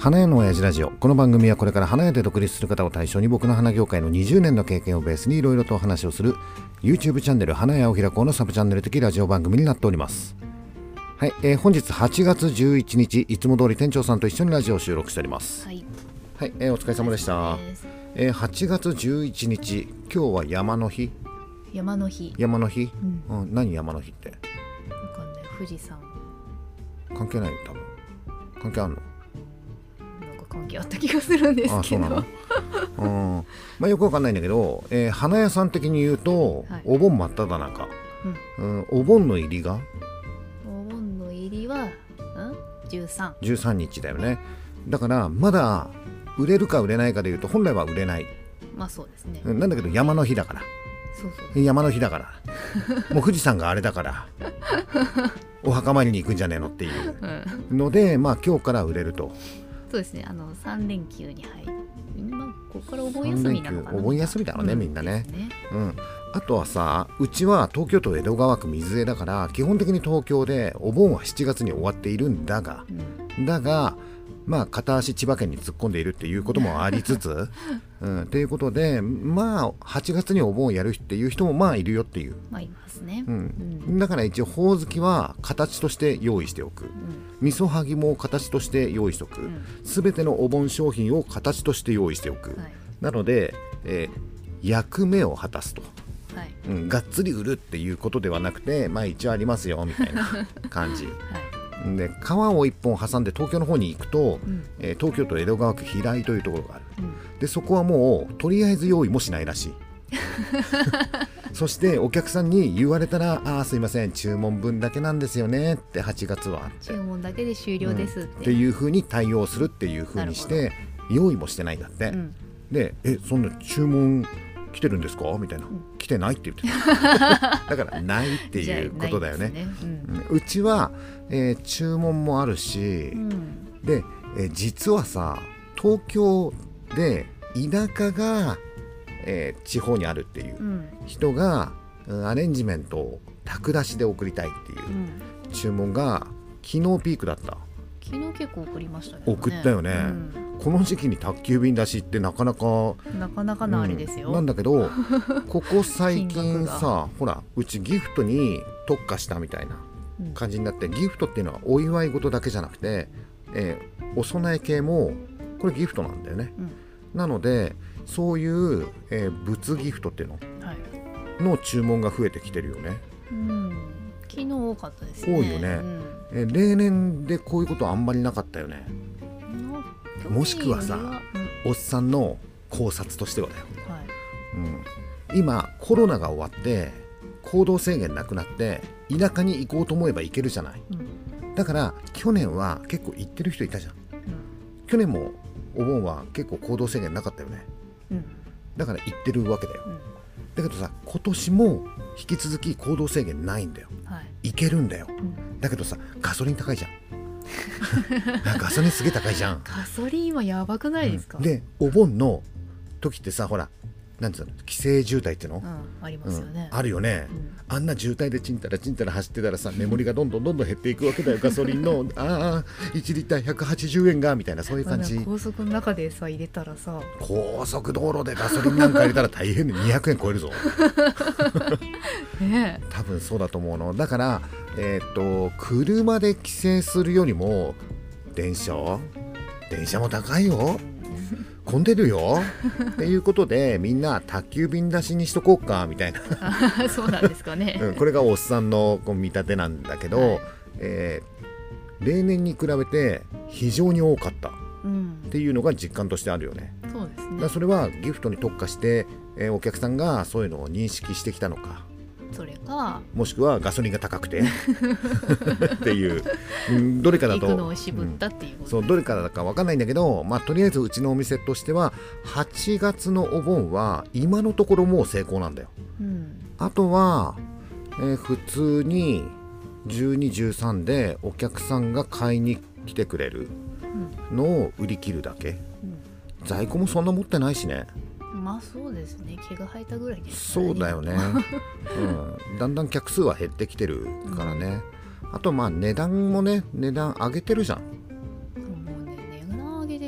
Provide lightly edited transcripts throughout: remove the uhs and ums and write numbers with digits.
花屋の親父ラジオ。この番組はこれから花屋で独立する方を対象に僕の花業界の20年の経験をベースにいろいろとお話をする YouTube チャンネル花屋を開こうのサブチャンネル的ラジオ番組になっております。はい、本日8月11日いつも通り店長さんと一緒にラジオを収録しております。 はい、 はい、お疲れ様でした。8月11日今日は山の日。 山の日、 山の日、 うん何山の日ってわかんない。富士山関係ないよ多分。関係あんの？ なんか関係あった気がするんですけど。 あ、そうなのまあよくわかんないんだけど、花屋さん的に言うと、 はい、 お盆真っ只中、お盆の入りがお盆の入りは、 13日だよね。だからまだ売れるか売れないかでいうと本来は売れない。 まあそうですね、 なんだけど山の日だから。 そう山の日だからもう富士山があれだからお墓参りに行くんじゃねえのっていうので、まあ今日から売れると。 そうですね。3連休に入る、まあ、ここからお盆休みなのかな。 お盆休みだろうね、みんなね。 ですね。 あとはさ、うちは東京都江戸川区水江だから基本的に東京でお盆は7月に終わっているんだが、まあ片足千葉県に突っ込んでいるっていうこともありつつっていうことで、まあ8月にお盆をやるっていう人もまあいるよっていう。 まあいますね。 だから一応ほおずきは形として用意しておく、味噌はぎも形として用意しておく、すべてのお盆商品を形として用意しておく、なので、役目を果たすと、がっつり売るっていうことではなくて、まあ一応ありますよみたいな感じで、川を一本挟んで東京の方に行くと、東京都江戸川区平井というところがある、でそこはもうとりあえず用意もしないらしいそしてお客さんに言われたら、すいません注文分だけなんですよねって8月はって注文だけで終了ですっていう風に対応するっていう風にして用意もしてないんだって、でそんな注文来てるんですかみたいな、来てないって言ってただからないっていうことだよね。うちは、注文もあるし、で、実はさ東京で田舎が、地方にあるっていう人が、アレンジメントを宅出しで送りたいっていう注文が昨日ピークだった。 昨日結構送りましたけどね。 送ったよね、この時期に宅急便出しってなかなかのありですよ、 なんだけどここ最近さほらうちギフトに特化したみたいな感じになって、ギフトっていうのはお祝い事だけじゃなくて、お供え系もこれギフトなんだよね、なのでそういう、物ギフトっていうの、の注文が増えてきてるよね。 昨日多かったですね。 多いよね、例年でこういうことあんまりなかったよね。もしくはさ、おっさんの考察としてはだよ、今コロナが終わって行動制限なくなって田舎に行こうと思えば行けるじゃない、だから去年は結構行ってる人いたじゃん、去年もお盆は結構行動制限なかったよね、だから行ってるわけだよ、だけどさ今年も引き続き行動制限ないんだよ、行けるんだよ、だけどさガソリン高いじゃんガソリンすげえ高いじゃん。 ガソリンはやばくないですか、 でお盆の時ってさほらなんていうの帰省渋滞っていうの、 ありますよね、 あるよね、あんな渋滞でちんたらちんたら走ってたらさメモリがどんどん減っていくわけだよガソリンの1リッター180円がみたいな、そういう感じ。 高速の中でさ入れたらさ、 高速道路でガソリンなんか入れたら大変で200円超えるぞね、 多分そうだと思うの。だから車で帰省するよりも電車も高いよ混んでるよっていうことでみんな宅急便出しにしとこうかみたいなそうなんですかね、 これがおっさんの見立てなんだけど、例年に比べて非常に多かったっていうのが実感としてあるよね。 そうですね。 だからそれはギフトに特化して、お客さんがそういうのを認識してきたのか、 それかもしくはガソリンが高くてっていう、どれかだと行くのを渋ったっていうこと、 そうどれからだか分かんないんだけど、とりあえずうちのお店としては8月のお盆は今のところもう成功なんだよ、あとは、普通に12、13でお客さんが買いに来てくれるのを売り切るだけ、在庫もそんな持ってないしね。 まあそうですね、毛が生えたぐらいですからね。 そうだよね、だんだん客数は減ってきてるからね、あと値段もね、値段上げてるじゃん。 もうね、値段上げて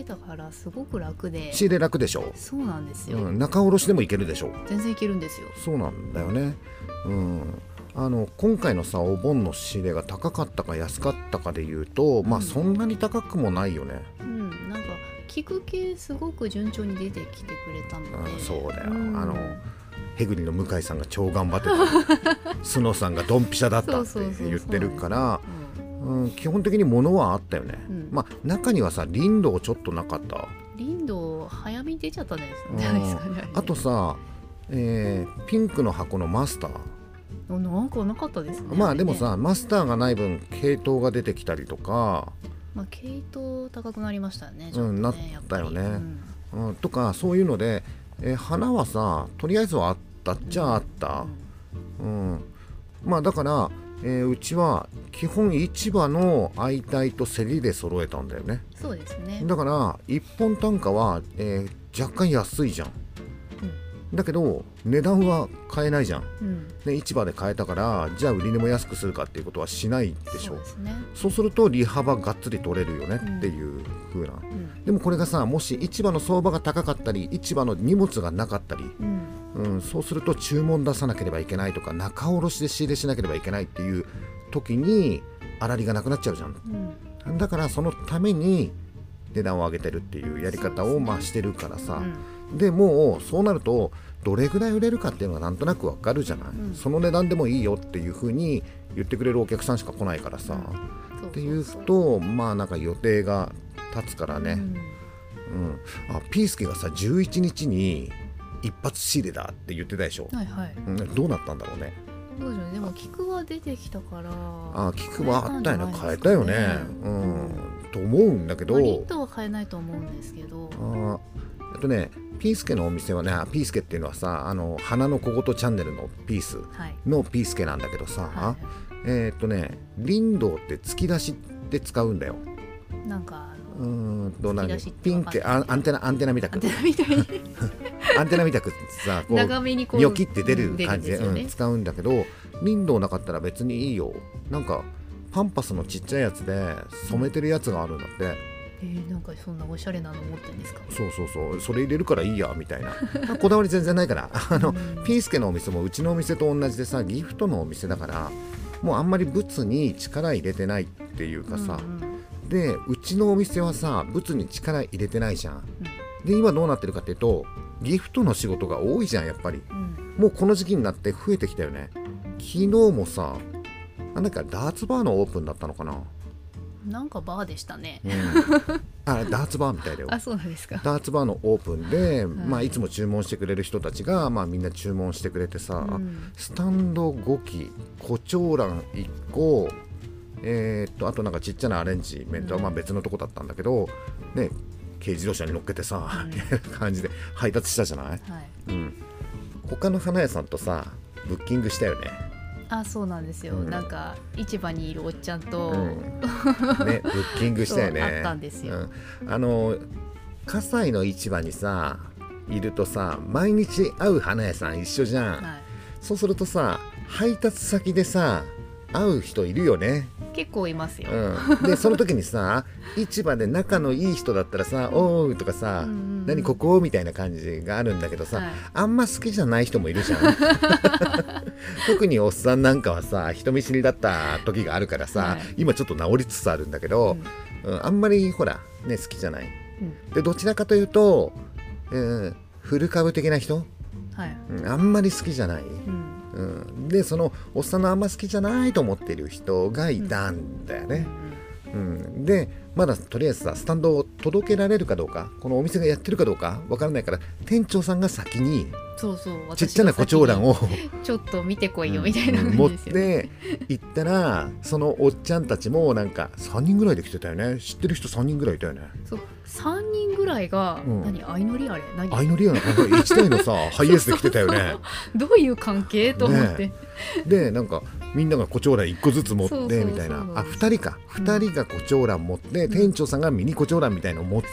たからすごく楽で。 仕入れ楽でしょ。 そうなんですよ、 仲卸でもいけるでしょ。 全然いけるんですよ。 そうなんだよね。今回のさお盆の仕入れが高かったか安かったかでいうと、まあそんなに高くもないよね。 なんか菊系すごく順調に出てきてくれたので、 そうだよ、へぐりの向井さんが超頑張ってた須野さんがドンピシャだったって言ってるから、基本的に物はあったよね。まあ中にはさ林道ちょっとなかった。 林道早めに出ちゃったんですね。 あとさ、ピンクの箱のマスターなんかなかったですね。 まあでもさ、マスターがない分系統が出てきたりとか、 まあ系統高くなりましたよね。 なったよね。とかそういうので、花はさとりあえずはあったっちゃあった。まあだから、うちは基本市場の相対と競りで揃えたんだよね。 そうですね。 だから1本単価は、若干安いじゃん。だけど値段は買えないじゃん、で市場で買えたからじゃあ売り値も安くするかっていうことはしないでしょ。そうすると利幅がっつり取れるよねっていう風な、でもこれがさもし市場の相場が高かったり市場の荷物がなかったり、そうすると注文出さなければいけないとか仲卸で仕入れしなければいけないっていう時に粗利がなくなっちゃうじゃん、だからそのために値段を上げてるっていうやり方をまあしてるからさ、でもうそうなるとどれぐらい売れるかっていうのがなんとなくわかるじゃない、その値段でもいいよっていう風に言ってくれるお客さんしか来ないからさ、っていうとまあなんか予定が立つからね、ピースケがさ11日に一発仕入れだって言ってたでしょ、どうなったんだろうね。 そうですね。でも菊は出てきたから菊はあったよね、買えたよね、と思うんだけど、 リットは買えないと思うんですけど、 ピースケのお店はね、ピースケっていうのはさ花の小言チャンネルのピースのピースケなんだけどさ、林道って突き出しって使うんだよ。 なんかピンケアンテナみたくアンテナみたくさこうニョキって出る感じで使うんだけど、林道なかったら別にいいよ。なんかパンパスのちっちゃいやつで染めてるやつがあるんだって。 なんかそんなおしゃれなの持ってるんですか。 そうそれ入れるからいいやみたいなこだわり全然ないからピースケのお店もうちのお店と同じでさギフトのお店だからもうあんまり物に力入れてないっていうかさ、でうちのお店はさ物に力入れてないじゃん、で今どうなってるかっていうとギフトの仕事が多いじゃんやっぱり、もうこの時期になって増えてきたよね。昨日もさなんかダーツバーのオープンだったのかな。 なんかバーでしたね、 ダーツバーみたいだよ。 そうなんですか。 ダーツバーのオープンで、いつも注文してくれる人たちが、みんな注文してくれてさ、スタンド5機コチョウラン1個あとなんかちっちゃなアレンジメントは別のとこだったんだけど、ね、軽自動車に乗っけてさ、感じで配達したじゃない、他の花屋さんとさブッキングしたよね。 そうなんですよ、なんか市場にいるおっちゃんと、 ブッキングしたよね。 あったんですよ、 葛西の市場にさいるとさ毎日会う花屋さん一緒じゃん、そうするとさ配達先でさ会う人いるよね。 結構いますよ、 でその時にさ市場で仲のいい人だったらさおーとかさ、何ここみたいな感じがあるんだけどさ、あんま好きじゃない人もいるじゃん特におっさんなんかはさ人見知りだった時があるからさ、今ちょっと治りつつあるんだけど、あんまりほらね好きじゃない、でどちらかというと、フル株的な人、あんまり好きじゃない、でそのおっさんのあんま好きじゃないと思ってる人がいたんだよね、でまだとりあえずさスタンドを届けられるかどうかこのお店がやってるかどうかわからないから店長さんが先にちっちゃなコチョウランをちょっと見てこいよみたいな持って行ったらそのおっちゃんたちもなんか3人ぐらいで来てたよね。知ってる人3人ぐらいいたよね。 そう3人ぐらいが、相乗りあれ何相乗りやな1台のさハイエースで来てたよね。 どういう関係と思って、 でなんかみんながコチョウラン1個ずつ持ってみたいな、2人か2人がコチョウラン持って、店長さんがミニコチョウランみたいのを持って、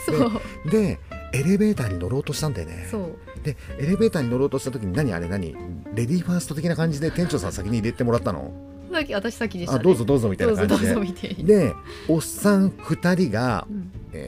でエレベーターに乗ろうとしたんだよね。でエレベーターに乗ろうとした時にレディーファースト的な感じで店長さん先に入れてもらったの。 私先でしたね。 どうぞどうぞみたいな感じででおっさん2人が、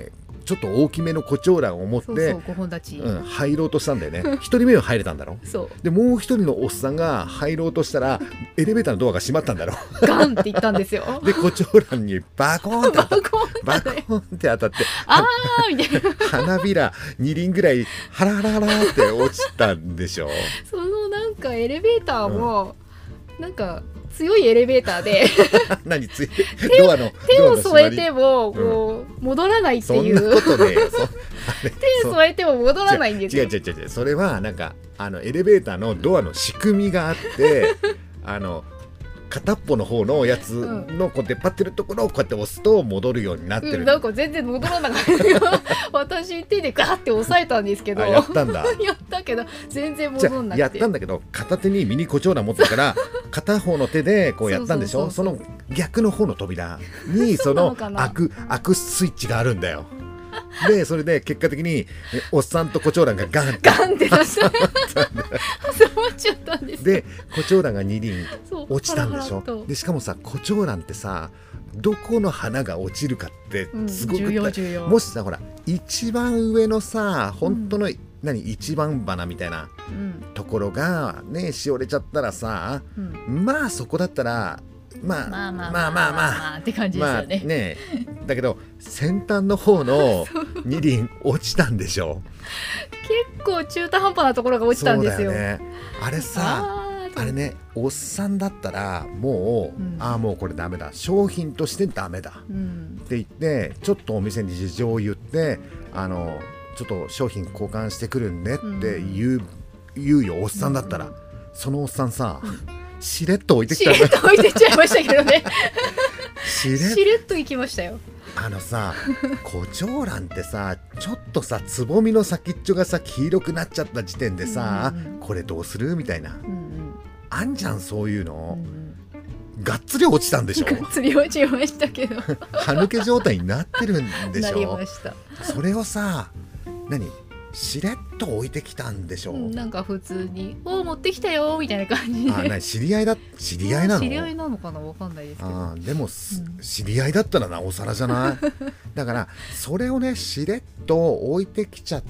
ちょっと大きめの胡蝶蘭を持ってそうそう5本立ち、 入ろうとしたんだよね。1人目は入れたんだろ。 そうでもう1人のおっさんが入ろうとしたらエレベーターのドアが閉まったんだろ。 ガンって言ったんですよ。 で胡蝶蘭にバコーンって当たってバコーンって当たってあーみたいな花びら2輪ぐらいハラハラハラって落ちたんでしょ。 そのなんかエレベーターも、なんか強いエレベーターで何ついドアの手を添えてももこう戻らないってそんないう、 ことね手添えても戻らないんですよ。 違うそれはなんかエレベーターのドアの仕組みがあって片っぽの方のやつのこう出っ張ってるところをこうやって押すと戻るようになってる、 なんか全然戻らなかった私手でガーって押さえたんですけどやったんだやったけど全然じゃ戻んなくて、 やったんだけど片手にミニ胡蝶蘭持ってるから片方の手でこうやったんでしょ。その逆の方の扉にその開くスイッチがあるんだよ。でそれで結果的におっさんと胡蝶蘭がガンって出した挟まっちゃったんです。 で胡蝶蘭が2輪そう落ちたんでしょ。 ハラハラとでしかもさ胡蝶蘭ってさどこの花が落ちるかってすごく、 重要もしさほら一番上のさ本当の、一番花みたいなところがねしおれちゃったらさ、まあそこだったらまあって感じですよね。 ねだけど先端の方の2輪落ちたんでしょ。 結構中途半端なところが落ちたんですよ。 そうだよね。あれさあれねおっさんだったらもう、もうこれダメだ商品としてダメだ、って言ってちょっとお店に事情を言ってちょっと商品交換してくるんでって言うよおっさんだったら、そのおっさんさ、しれっと置いてきたんだ。 しれっと置いてっちゃいましたけどねしれっと行きましたよ。 さ胡蝶蘭ってさちょっとさつぼみの先っちょがさ黄色くなっちゃった時点でさ、これどうするみたいな、あんじゃんそういうの、がっつり落ちたんでしょ。 がっつり落ちましたけど歯抜け状態になってるんでしょ。 なりました。 それをさしれっと置いてきたんでしょ。 なんか普通に持ってきたよみたいな感じで。 知り合いなの？ 知り合いなのかなわかんないですけど。 でも、知り合いだったらなおさらじゃないだからそれをねしれっと置いてきちゃって、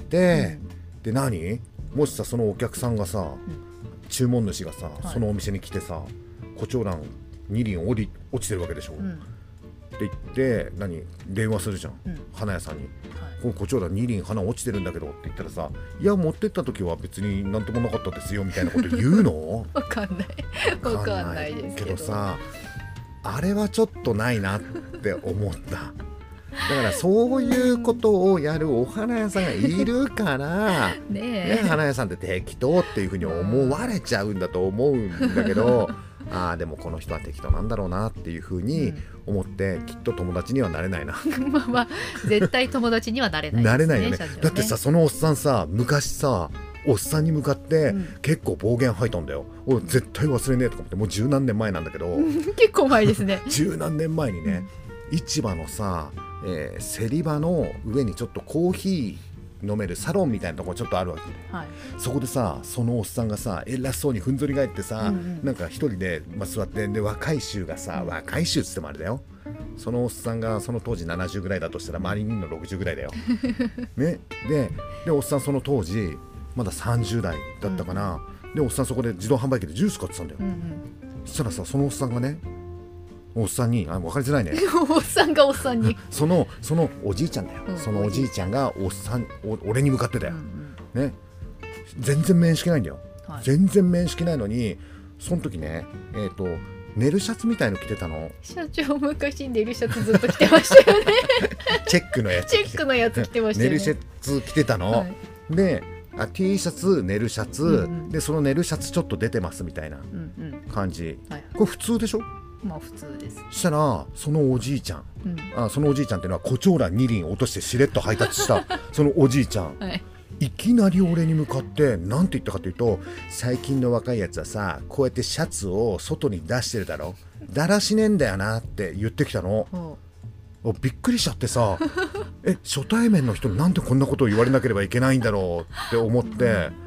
でもしさそのお客さんがさ、注文主がさ、そのお店に来てさ胡蝶蘭2輪落ちてるわけでしょ、って言って電話するじゃん、花屋さんに、胡蝶蘭2輪花落ちてるんだけどって言ったらさ、いや持ってった時は別になんともなかったですよみたいなこと言うのわかんないですけどさ、あれはちょっとないなって思っただからそういうことをやるお花屋さんがいるから花屋さんって適当っていうふうに思われちゃうんだと思うんだけどでもこの人は適当なんだろうなっていうふうに思って、きっと友達にはなれないなまあ絶対友達にはなれないですね。 なれないよね。だってさそのおっさんさ昔さおっさんに向かって結構暴言吐いたんだよ、絶対忘れねえとか思って、もう十何年前なんだけど結構前ですね十何年前にね、市場のさ、競り場の上にちょっとコーヒー飲めるサロンみたいなところちょっとあるわけ、そこでさそのおっさんがさ偉そうにふんぞり返ってさ、なんか一人で、座ってで若い衆がさ、若い衆っつってもあれだよ、そのおっさんがその当時70ぐらいだとしたら周りにいるの60ぐらいだよ、ね、でおっさんその当時まだ30代だったかな、でおっさんそこで自動販売機でジュース買ってたんだよ、そしたらさそのおっさんがねおっさんに分かりづらいねおっさんがおっさんにそのおじいちゃんだよ、そのおじいちゃんが俺に向かってだよ、ね、全然面識ないんだよ、全然面識ないのにその時ねネルシャツみたいの着てたの。 社長昔ネルシャツずっと着てましたよねチェックのやつ着てましたよね。 ネルシャツ着てたの、でT シャツネルシャツ、でそのネルシャツちょっと出てますみたいな感じ、これ普通でしょ。 まあ普通です。 したらそのおじいちゃん、そのおじいちゃんっていうのは胡蝶蘭2輪落としてしれっと配達したそのおじいちゃん、いきなり俺に向かってなんて言ったかというと、最近の若いやつはさこうやってシャツを外に出してるだろ、だらしねえんだよなって言ってきたの。びっくりしちゃってさ初対面の人になんでこんなことを言われなければいけないんだろうって思って、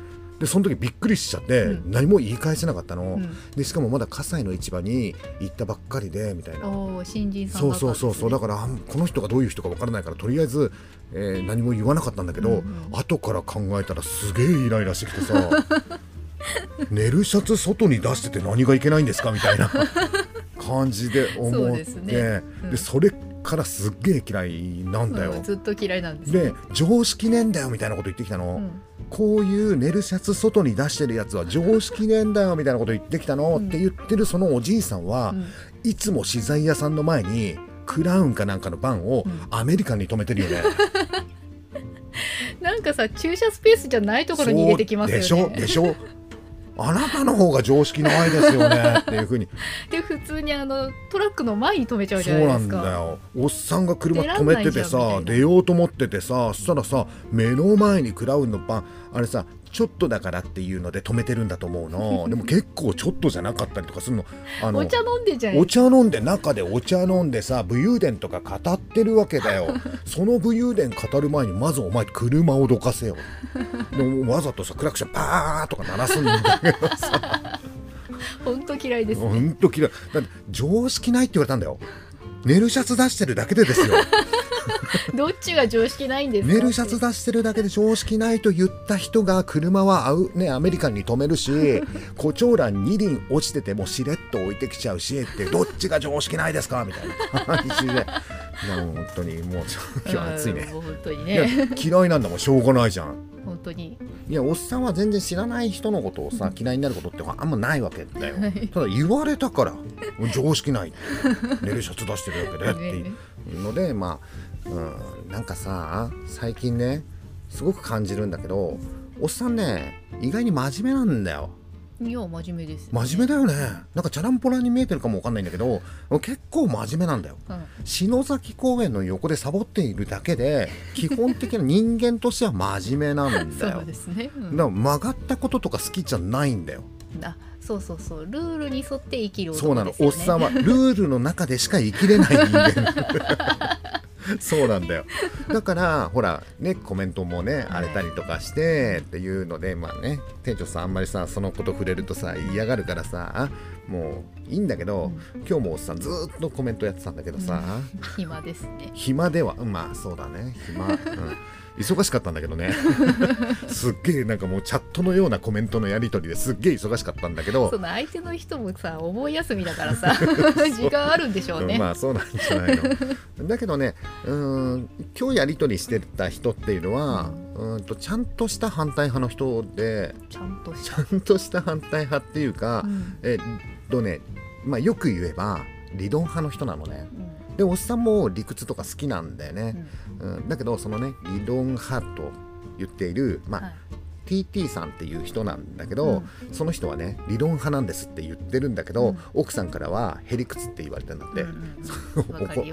でその時びっくりしちゃって、 うん、 何も言い返せなかったの、 うん、 でしかもまだ葛西の市場に行ったばっかりでみたいな。 新人さんだったんですね。 そうだからこの人がどういう人かわからないからとりあえず、何も言わなかったんだけど、 うんうん、 後から考えたらすげえイライラしてきてさ寝るシャツ外に出してて何がいけないんですかみたいな感じで思って、 ね、 でそれからすっげえ嫌いなんだよ、 ずっと嫌いなんですね。 で常識ねえんだよみたいなこと言ってきたの、こういう寝るシャツ外に出してるやつは常識ねえんだよみたいなこと言ってきたの、って言ってるそのおじいさんは、いつも資材屋さんの前にクラウンかなんかのバンをアメリカンに止めてるよね、 なんかさ駐車スペースじゃないところに入れてきますよね。 でしょあなたの方が常識ないですよねっていう風にで普通にトラックの前に止めちゃうじゃないですか。 そうなんだよ。おっさんが車止めててさ出ようと思っててさ、そしたらさ目の前にクラウンのバンあれさちょっとだからっていうので止めてるんだと思うのでも結構ちょっとじゃなかったりとかするの。 お茶飲んでじゃん。 お茶飲んで中でお茶飲んでさ武勇伝とか語ってるわけだよその武勇伝語る前にまずお前車をどかせよでもわざとさクラクションパーとか鳴らすんだけどさ本当嫌いですね。 本当嫌いだって常識ないって言われたんだよ。寝るシャツ出してるだけでですよどっちが常識ないんですか。 寝るシャツ出してるだけで常識ないと言った人が車はアメリカンに止めるしコチョウラン2輪落ちててもしれっと置いてきちゃうしってどっちが常識ないですかみたいな感じで本当にもう今日暑いね。 本当にね嫌いなんだもんしょうがないじゃん。 本当にいやおっさんは全然知らない人のことをさ嫌いになることってあんまないわけだよ、はい、ただ言われたから常識ない寝るシャツ出してるだけでっていうのでまあ、なんかさ最近ねすごく感じるんだけどおっさんね意外に真面目なんだよ。 いや真面目です、ね、 真面目だよね。なんかチャランポラに見えてるかもわかんないんだけど結構真面目なんだよ、篠崎公園の横でサボっているだけで基本的な人間としては真面目なんだよそうですね、 だから曲がったこととか好きじゃないんだよ。 そうルールに沿って生きる男ですよね。そうなのおっさんはルールの中でしか生きれない人間そうなんだよ。だからほらねコメントもね荒れたりとかしてっていうのでまあね店長さんあんまりさそのこと触れるとさ嫌がるからさもういいんだけど、今日もおっさんずっとコメントやってたんだけどさ、 暇ですね。 暇ではまあそうだね暇、忙しかったんだけどねすっげえなんかもうチャットのようなコメントのやり取りですっげえ忙しかったんだけどその相手の人もさお盆休みだからさ時間あるんでしょうね。 まあそうなんじゃないのだけどね今日やり取りしてた人っていうのはちゃんとした反対派の人でちゃんとした反対派っていうか、まあ、よく言えば理論派の人なのね、でおっさんも理屈とか好きなんだよね、だけどそのね理論派と言っている、まあTT さんっていう人なんだけど、その人はね理論派なんですって言ってるんだけど、奥さんからはへりくつって言われてるんだって、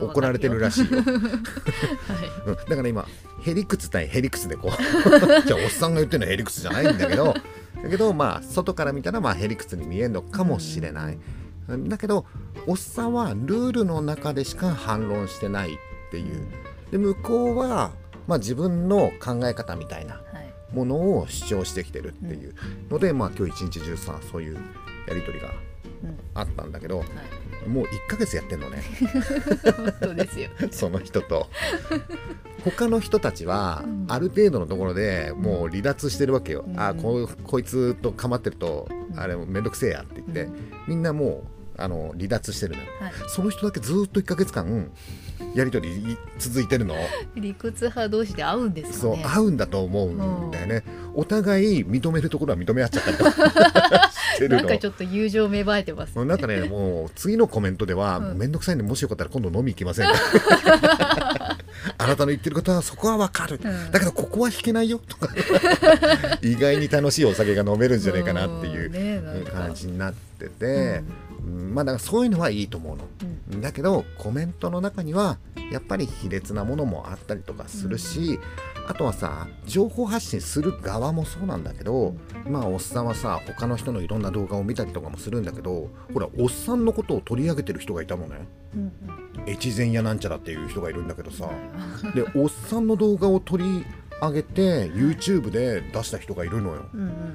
怒られてるらしいよ、だから今へりくつ対へりくつでこうじゃあおっさんが言ってるのはへりくつじゃないんだけどまあ外から見たらまあへりくつに見えるのかもしれない、だけどおっさんはルールの中でしか反論してないっていう。で向こうは、まあ、自分の考え方みたいなものを主張してきてるっていうので、まあ、今日一日中さそういうやり取りがあったんだけど、もう1ヶ月やってんのね本当ですよその人と他の人たちはある程度のところでもう離脱してるわけよ、こいつと構ってるとあれめんどくせえやって言って、みんなもう離脱してるのよ、その人だけずっと1ヶ月間やり取り続いてるの。 理屈派同士で合うんですかね。 そう合うんだと思うんだよね、お互い認めるところは認め合っちゃったりとかしてるの。 なんかちょっと友情芽生えてますね。 なんかねもう次のコメントでは、めんどくさいんでもしよかったら今度飲み行きませんかあなたの言ってることはそこはわかる、だけどここは弾けないよとか意外に楽しいお酒が飲めるんじゃないかなっていう感じになってて、まあだからそういうのはいいと思うの、だけどコメントの中にはやっぱり卑劣なものもあったりとかするし、あとはさ情報発信する側もそうなんだけど、まあおっさんはさ他の人のいろんな動画を見たりとかもするんだけど、ほらおっさんのことを取り上げてる人がいたのね、越前屋なんちゃらっていう人がいるんだけどさでおっさんの動画を取り上げて YouTube で出した人がいるのよ、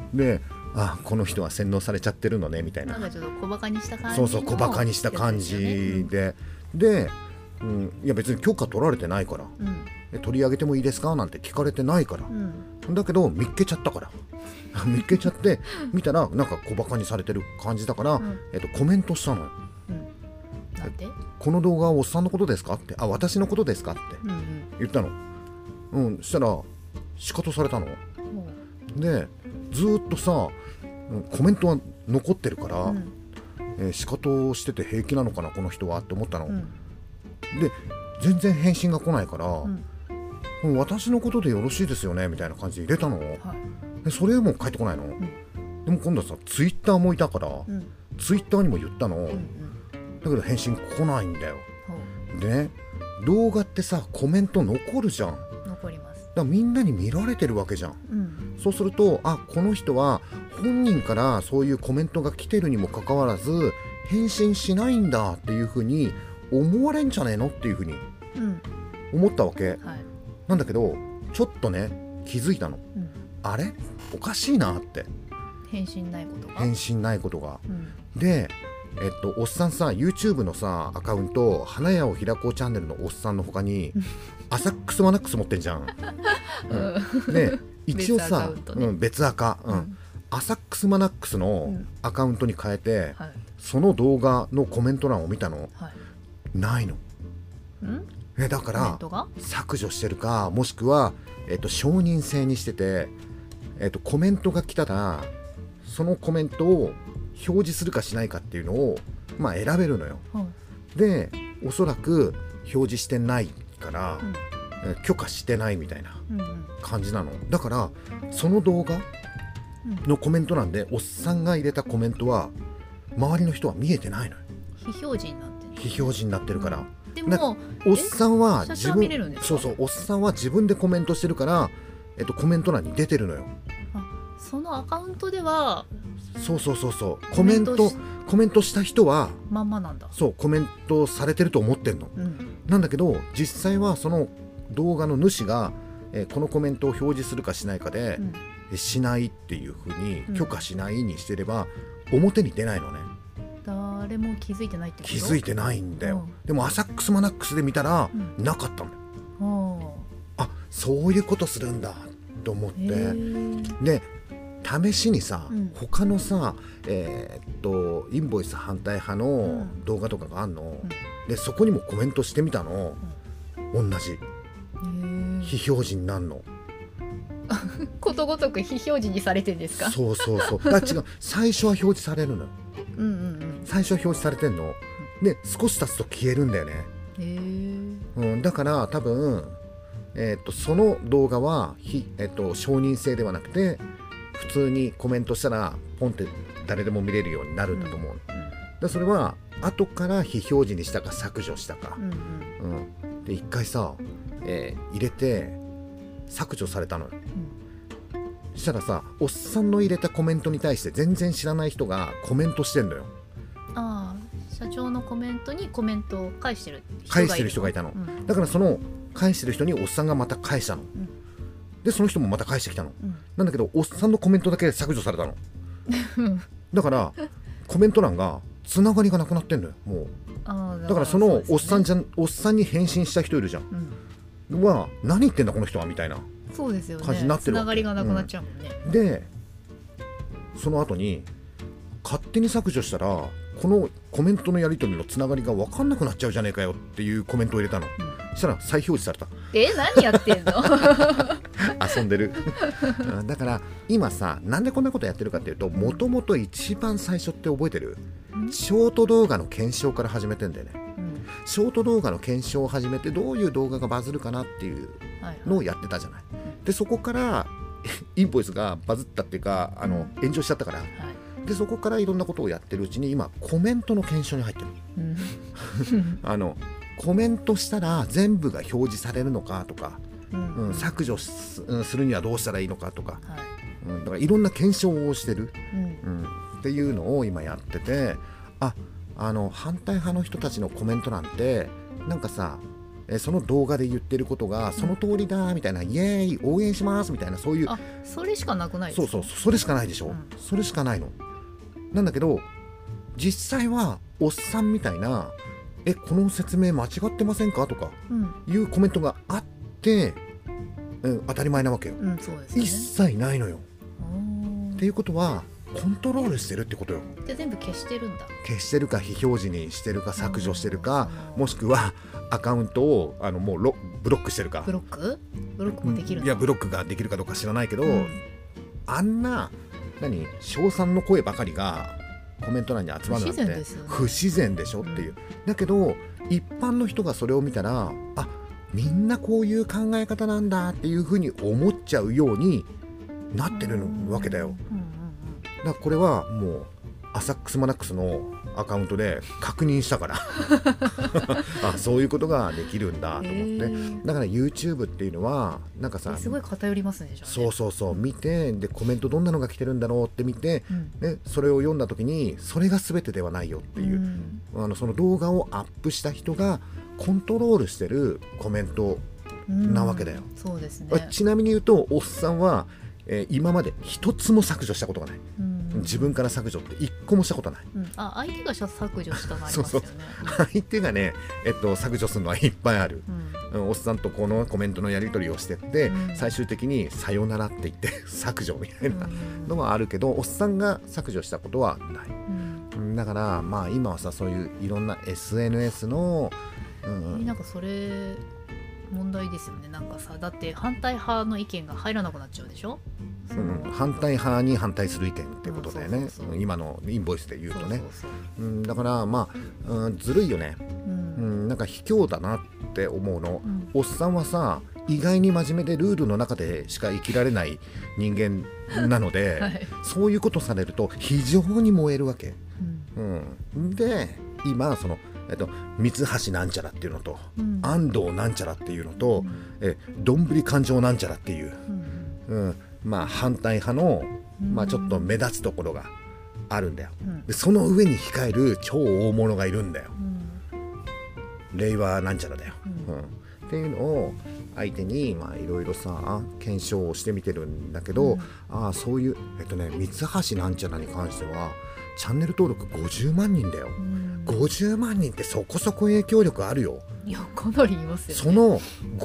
で、あ、この人は洗脳されちゃってるのねみたいな、 なんかちょっと小バカにした感じのそうそう、小バカにした感じで、で、いや別に許可取られてないから、取り上げてもいいですかなんて聞かれてないから、だけど見っけちゃったから見っけちゃって見たらなんか小バカにされてる感じだから、コメントしたのよ。 なんでこの動画はおっさんのことですかって、あ、私のことですかって言ったの。そしたら仕方されたので、ずーっとさ、コメントは残ってるから、仕方をしてて平気なのかなこの人はって思ったの、で全然返信が来ないから、私のことでよろしいですよねみたいな感じで入れたの、でそれも返ってこないの、でも今度はさツイッターもいたから、ツイッターにも言ったの、だけど返信来ないんだよ、でね、動画ってさコメント残るじゃん。 残ります。 だからみんなに見られてるわけじゃん、そうすると、あ、この人は本人からそういうコメントが来てるにもかかわらず返信しないんだっていうふうに思われんじゃねえのっていうふうに思ったわけ、なんだけどちょっとね気づいたの、あれおかしいなって、 返信ないことが、で、 おっさんさ YouTube のさアカウント花屋を開こうチャンネルのおっさんの他にアサックスマナックス持ってんじゃん、で一応さ別アカ、アサックスマナックスのアカウントに変えて、その動画のコメント欄を見たの、ないの、だから削除してるか、もしくは、承認制にしてて、コメントが来たらそのコメントを表示するかしないかっていうのを、まあ、選べるのよ、でおそらく表示してないから、許可してないみたいな感じなの、だからその動画のコメント欄でおっさんが入れたコメントは周りの人は見えてないのよ。 非表示になってる、 非表示になってるから、 でもおっさんは自分、 そうそう、おっさんは自分でコメントしてるから、コメント欄に出てるのよ。 そのアカウントではそうコメントした人はまんまなんだ。 そうコメントされてると思ってんの、なんだけど実際はその動画の主が、このコメントを表示するかしないかで、しないっていうふうに許可しないにしてれば、表に出ないのね。 誰も気づいてないってこと？ 気づいてないんだよ、でもアサックスマナックスで見たら、なかったんだよ、あ、そういうことするんだと思って、で試しにさ、他のさ、インボイス反対派の動画とかがあんの、でそこにもコメントしてみたの、同じ非表示になるの。 ことごとく非表示にされてるんですか？ そうだ違う、最初は表示されるのよ、最初は表示されてんので、少し経つと消えるんだよね、だから多分、その動画は承認制ではなくて、普通にコメントしたらポンって誰でも見れるようになるんだと思う、でそれは後から非表示にしたか削除したか、で一回さ、入れて削除されたのよ、そしたらさ、おっさんの入れたコメントに対して全然知らない人がコメントしてんのよ。 ああ、社長のコメントにコメントを返してる人がいたの、だからその返してる人におっさんがまた返したの、でその人もまた返してきたの、なんだけどおっさんのコメントだけ削除されたのだからコメント欄がつながりがなくなってんのよ、もう。だからそのおっさんに返信した人いるじゃん、は何言ってんだこの人はみたいなそうですよね、 感じになってるわけ。 つながりがなくなっちゃうもんね、 でその後に勝手に削除したらこのコメントのやり取りのつながりが分かんなくなっちゃうじゃねえかよっていうコメントを入れたの、そしたら再表示された。 何やってんの遊んでるだから今さ、なんでこんなことやってるかっていうと、もともと一番最初って覚えてる？ショート動画の検証から始めてんだよね、ショート動画の検証を始めて、どういう動画がバズるかなっていうのをやってたじゃない、でそこからインボイスがバズったっていうか、炎上しちゃったから、でそこからいろんなことをやってるうちに今コメントの検証に入ってる、コメントしたら全部が表示されるのかとか、削除するにはどうしたらいいのかとか、だからいろんな検証をしてる、っていうのを今やってて、反対派の人たちのコメント欄ってなんかさ、 その動画で言ってることがその通りだみたいな、イエーイ応援しますみたいな、そういう、 それしかなくないですか？ そうそれしかないでしょ、それしかないの。なんだけど実際はおっさんみたいなこの説明間違ってませんかとかいうコメントがあって、当たり前なわけよ、 そうですね、 一切ないのよ。っていうことはコントロールしてるってことよ。 で全部消してるんだ。 消してるか非表示にしてるか削除してるか、もしくはアカウントをもうブロックしてるか。 ブロックもできるんだ。 いやブロックができるかどうか知らないけど、あんな称賛の声ばかりがコメント欄に集まるなんて不自然でしょっていう、だけど一般の人がそれを見たらみんなこういう考え方なんだっていうふうに思っちゃうようになってるわけだよ。だからこれはもうアサックスマナックスのアカウントで確認したからそういうことができるんだと思って、だから YouTube っていうのはなんかさすごい偏りますね。じゃあね、 そう見て、でコメントどんなのが来てるんだろうって見て、それを読んだ時にそれが全てではないよっていう、その動画をアップした人がコントロールしてるコメントなわけだよ。 そうですね。 ちなみに言うとおっさんは今まで一つも削除したことがない、自分から削除って一個もしたことない、 相手が削除したのありますよね。 相手がね、削除するのはいっぱいある、おっさんとこのコメントのやり取りをしてって、最終的にさよならって言って削除みたいなのはあるけど、おっさんが削除したことはない、だから今はさ、そういういろんな SNS の、 なんかそれ問題ですよね。なんかさ、だって反対派の意見が入らなくなっちゃうでしょ。 反対派に反対する意見ってことだよね、今のインボイスで言うとね。だからずるいよね、なんか卑怯だなって思うの、おっさんはさ意外に真面目でルールの中でしか生きられない人間なので、そういうことされると非常に燃えるわけ、で今その三橋なんちゃらっていうのと、安藤なんちゃらっていうのと、どんぶり勘定なんちゃらっていう、反対派の、ちょっと目立つところがあるんだよ、でその上に控える超大物がいるんだよ、令和なんちゃらだよ、っていうのを相手にいろいろさ検証をしてみてるんだけど、そういう三橋なんちゃらに関してはチャンネル登録50万人だよ、50万人ってそこそこ影響力あるよ。 いやかなりいますよね。 その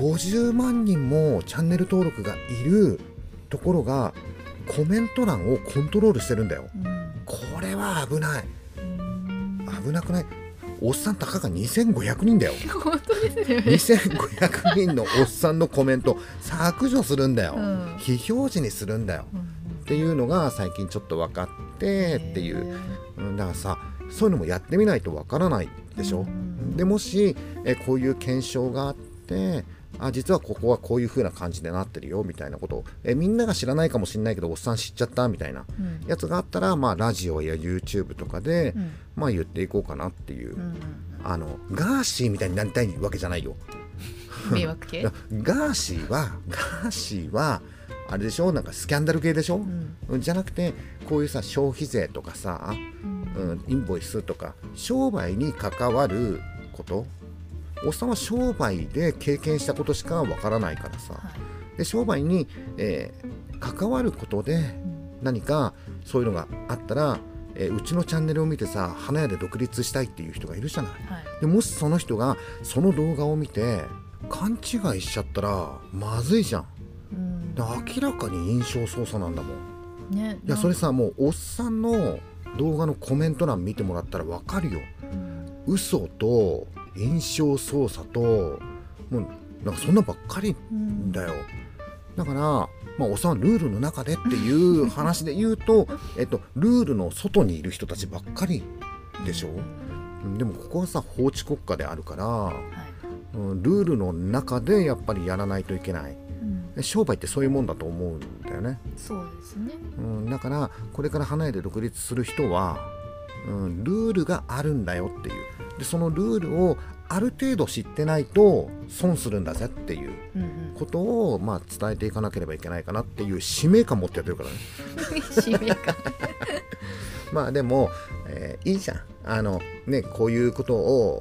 50万人もチャンネル登録がいるところがコメント欄をコントロールしてるんだよ、これは危ない、危なくない？おっさんたかが2500人だよ。 本当ですね。 2500人のおっさんのコメント削除するんだよ、非表示にするんだよ、っていうのが最近ちょっと分かってっていう、だからさそういうのもやってみないと分からないでしょ、でもしこういう検証があって実はここはこういう風な感じでなってるよみたいなことをみんなが知らないかもしれないけどおっさん知っちゃったみたいなやつがあったら、ラジオや YouTube とかで、言っていこうかなっていう、ガーシーみたいになりたいわけじゃないよ。 迷惑系ガーシーはあれでしょ、なんかスキャンダル系でしょ、じゃなくてこういうさ消費税とかさ、インボイスとか商売に関わること、おっさんは商売で経験したことしかわからないからさ、で商売に、関わることで何かそういうのがあったら、うちのチャンネルを見てさ花屋で独立したいっていう人がいるじゃない、でもしその人がその動画を見て勘違いしちゃったらまずいじゃん、明らかに印象操作なんだもん、いやそれさもうおっさんの動画のコメント欄見てもらったらわかるよ、嘘と印象操作ともうなんかそんなばっかりだよ、だからおっさんはルールの中でっていう話で言うとルールの外にいる人たちばっかりでしょ、でもここはさ法治国家であるから、ルールの中でやっぱりやらないといけない、商売ってそういうもんだと思うんだよね。 そうですね、 だからこれから花屋で独立する人は、ルールがあるんだよっていう、でそのルールをある程度知ってないと損するんだぜっていうことを、伝えていかなければいけないかなっていう使命感持ってやってるからね使命感でも、いいじゃんこういうことを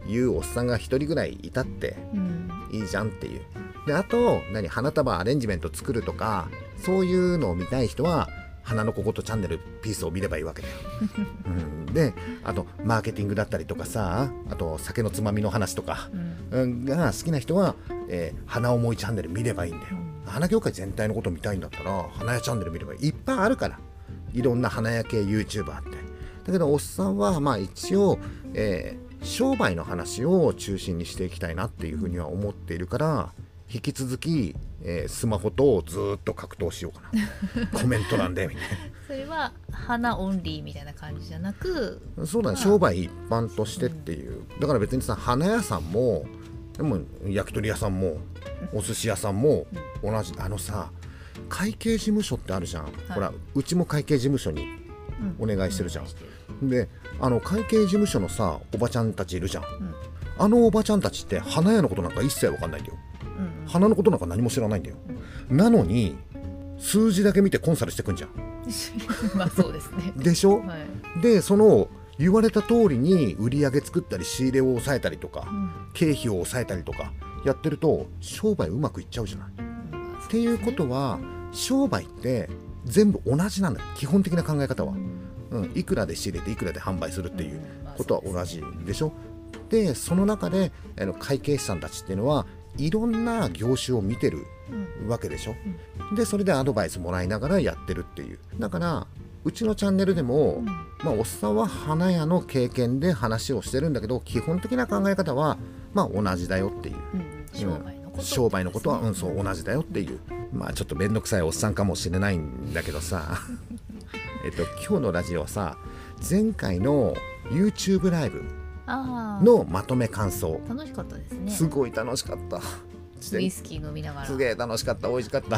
いうおっさんが一人ぐらいいたっていいじゃんっていう。であと花束アレンジメント作るとかそういうのを見たい人は花のこことチャンネルピースを見ればいいわけだよ、であとマーケティングだったりとかさ、あと酒のつまみの話とか、が好きな人は、花思いチャンネル見ればいいんだよ、花業界全体のこと見たいんだったら花屋チャンネル見ればいい、いっぱいあるから、いろんな花屋系 YouTuber って。だけどおっさんは一応、商売の話を中心にしていきたいなっていうふうには思っているから、引き続き、スマホとずっと格闘しようかなコメント欄でみたいな。 それは花オンリーみたいな感じじゃなく、 そうだね、商売一般としてっていう、だから別にさ花屋さんもでも焼き鳥屋さんもお寿司屋さんも同じ、会計事務所ってあるじゃん、ほらうちも会計事務所にお願いしてるじゃん、で会計事務所のさおばちゃんたちいるじゃん、あのおばちゃんたちって花屋のことなんか一切わかんないんだよ、花のことなんか何も知らないんだよ、なのに数字だけ見てコンサルしてくんじゃんまあそうですねでしょ、でその言われた通りに売り上げ作ったり仕入れを抑えたりとか、経費を抑えたりとかやってると商売うまくいっちゃうじゃない、っていうことは商売って全部同じなんだ、基本的な考え方は、いくらで仕入れていくらで販売するっていうことは同じでしょ。でその中で会計士さんたちっていうのはいろんな業種を見てるわけでしょ、でそれでアドバイスもらいながらやってるっていう。だからうちのチャンネルでも、おっさんは花屋の経験で話をしてるんだけど、基本的な考え方は同じだよっていう、商売のことは、そう同じだよっていう、ちょっと面倒くさいおっさんかもしれないんだけどさ今日のラジオはさ、前回の YouTube ライブのまとめ感想、 楽しかったですね。 すごい楽しかった。 ウイスキー飲みながらすげえ楽しかった、美味しかった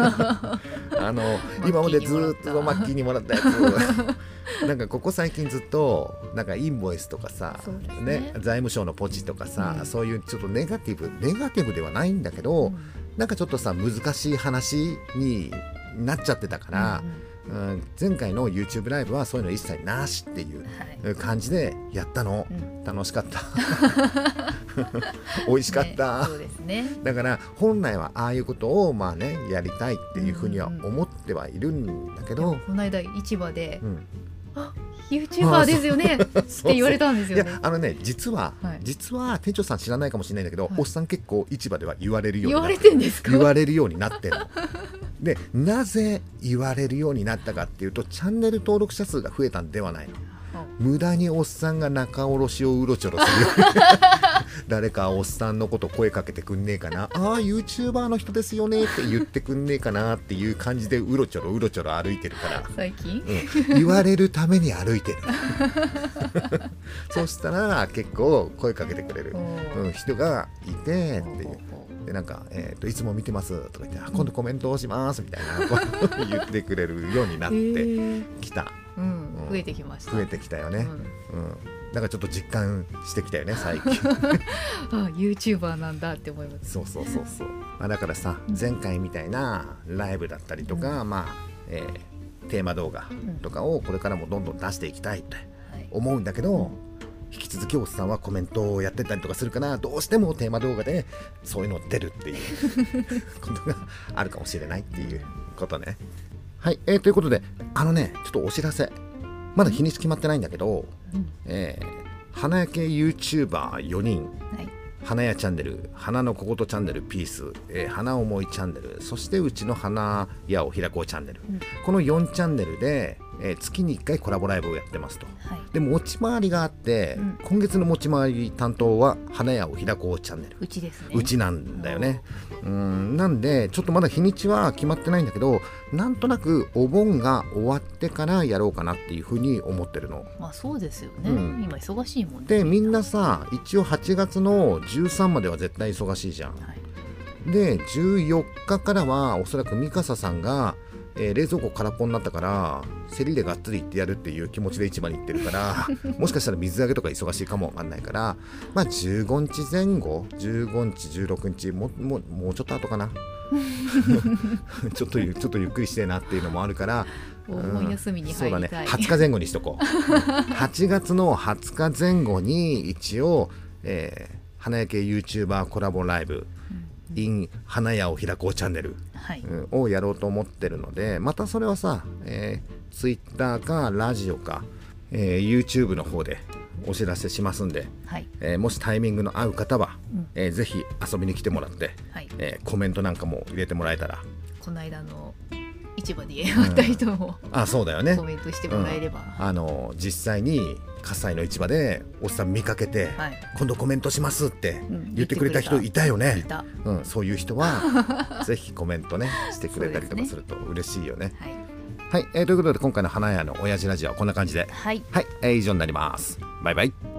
今までずっとマッキーにもらったやつなんかここ最近ずっとなんかインボイスとかさ、財務省のポチとかさ、そういうちょっとネガティブではないんだけど、なんかちょっとさ難しい話になっちゃってたから、前回の YouTube ライブはそういうの一切なしっていう感じでやったの、楽しかった美味しかった、 そうですね。 だから本来はああいうことをやりたいっていうふうには思ってはいるんだけど、 この間市場で、YouTuber ですよねって言われたんですよね。 いや実は店長さん知らないかもしれないんだけど、おっさん結構市場では言われるようになって言われてんですか？ 言われるようになってるので、なぜ言われるようになったかっていうと、チャンネル登録者数が増えたんではないの。無駄におっさんが仲卸をうろちょろする誰かおっさんのこと声かけてくんねえかな、YouTuber の人ですよねって言ってくんねえかなっていう感じでうろちょろ歩いてるから最近、 言われるために歩いてるそしたら結構声かけてくれる、人がいてっていう。でなんか、いつも見てますとか言って、今度コメントをしますみたいな言ってくれるようになってきた、 増えてきました。 増えてきたよね、だからちょっと実感してきたよね最近 YouTuber なんだって思います。 そう、だからさ、前回みたいなライブだったりとか、テーマ動画とかをこれからもどんどん出していきたいって思うんだけど、引き続きおっさんはコメントをやってたりとかするから、どうしてもテーマ動画でそういうの出るっていうことがあるかもしれないっていうことね。はい、ということでちょっとお知らせ、まだ日にち決まってないんだけど、花屋系 YouTuber4 人、花屋チャンネル、花の小言チャンネルピース、花思いチャンネル、そしてうちの花屋を開こうチャンネル、この4チャンネルで、月に1回コラボライブをやってますと、で持ち回りがあって、今月の持ち回り担当は花屋を開こうチャンネル、 うちですね。 うちなんだよね。なんでちょっとまだ日にちは決まってないんだけど、なんとなくお盆が終わってからやろうかなっていうふうに思ってるの。 そうですよね、今忙しいもんね。 でみんなさ、一応8月の13までは絶対忙しいじゃん、で14日からはおそらくミカサさんが、冷蔵庫空っぽになったから競りでがっつり行ってやるっていう気持ちで市場に行ってるからもしかしたら水揚げとか忙しいかもわかんないから、15日前後、15日16日もうちょっと後かなちょっとゆっくりしてえなっていうのもあるから、 お盆休みに入りたい。 そうだね、20日前後にしとこう8月の20日前後に一応、 花屋系 YouTuber コラボライブ、in 花屋を開こうチャンネル、をやろうと思ってるので、またそれはさ、Twitter かラジオか、YouTube の方でお知らせしますんで、もしタイミングの合う方は、ぜひ遊びに来てもらって、コメントなんかも入れてもらえたら。 この間の市場で会った人も、 そうだよね、 コメントしてもらえれば、 実際に葛西の市場でおっさん見かけて、今度コメントしますって言ってくれた人いたよね。そういう人はぜひコメントねしてくれたりとかすると嬉しいよね。はい、ということで今回の花屋の親父ラジオはこんな感じで、以上になります。バイバイ。